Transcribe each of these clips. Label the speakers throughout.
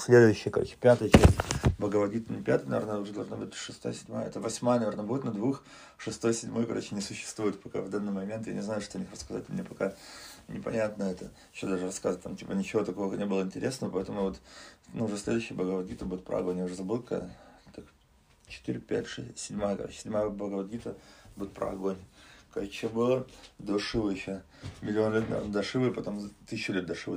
Speaker 1: следующая, короче, пятая часть Бхагавад-гиты, не пятая, наверное, уже должна быть шестая, седьмая, это восьмая, наверное, будет, на двух, шестой, седьмой, короче, не существует пока в данный момент, я не знаю, что о них рассказать, мне пока непонятно это, еще даже рассказывать, там, типа, ничего такого не было интересного, поэтому вот, ну, уже следующая Бхагавад-гита будет про огонь, я уже забыл, какая, так, 4, 5, 6, 7, короче, 7 Бхагавад-гита будет про огонь. Короче, было до Шивы еще. Миллион лет, наверное, до Шивы, потом 1000 лет до Шивы.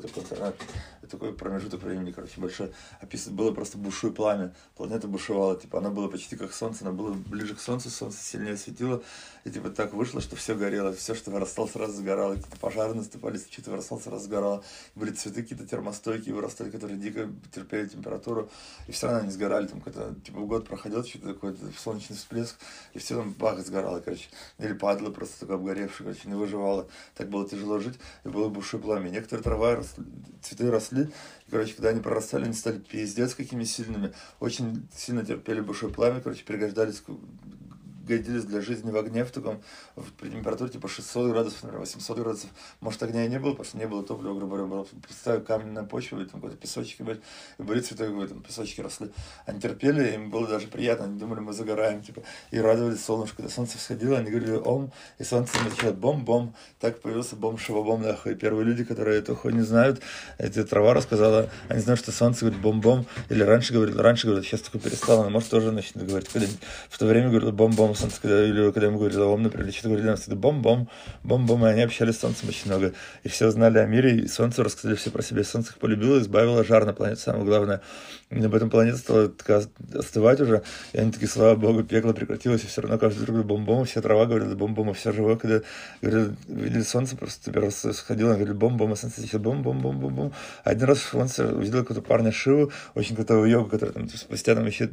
Speaker 1: Такой промежуток времени, короче, большой. Описано было просто бушуй пламя. Планета бушевала, типа, она была почти как Солнце, она была ближе к Солнцу, Солнце сильнее светило. И типа так вышло, что все горело, все, что вырастало, сразу сгорало. Какие-то пожары наступали, что-то вырастало, сразу сгорало. Были цветы какие-то термостойкие, вырастали, которые дико терпели температуру. И все равно они сгорали, там, когда типа год проходил, что-то такое, солнечный всплеск, и все там бах, сгорало, короче. Или падало просто такое обгоревшее, короче, не выживало. Так было тяжело жить, и было бушуй пламя. Некоторые трава росли, цветы росли, и, короче, когда они прорастали, они стали пиздец какими сильными. Очень сильно терпели бушуй пламя, короче, пригождались, годились для жизни в огне в таком, при температуре типа 600 градусов, наверное, 800 градусов. Может, огня и не было, потому что не было топлива, грубо говоря, было, представь, каменная почва, там какой-то песочек, и были цветы, там песочки росли. Они терпели, им было даже приятно, они думали, мы загораем, типа, и радовались солнышку. Когда солнце всходило, они говорили ом, и солнце начало бом-бом. Так появился бом-шивобом, нахуй. И первые люди, которые эту хуйню знают, эта трава рассказала, они знают, что солнце говорит бом-бом, или раньше говорили, сейчас такое перестало, но может тоже начнет говорить. В то время говорили бом-бом, солнце, когда ему говорили ом, например, что-то говорили нам всегда бом-бом, бом-бом, и они общались с солнцем очень много. И все знали о мире, и солнце рассказали все про себя. Солнце их полюбило, избавило жар на планете, самое главное. И об этом планета стала остывать уже, и они такие, слава богу, пекло прекратилось, и все равно каждый друг бом-бом, вся трава говорила бом-бом, и все живое, когда говорили, видели солнце, просто сходило, они говорили бом-бом, а солнце сейчас бом-бом-бом-бом-бом. Один раз солнце увидел какого-то парня Шиву, очень крутого йогу, который там спустя там еще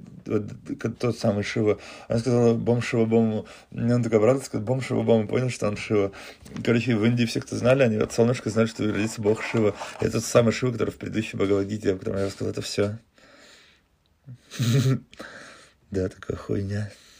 Speaker 1: тот самый Шива. Она сказала бом-шива-бому, он такой обрадовался, сказал бом-шива-бому, понял, что он Шива. Короче, в Индии все, кто знали, они от солнышка знали, что родится бог Шива. Это тот самый Шива, который в предыдущей Бхагавад-гите, о котором я рассказал, это все. Да, такая хуйня.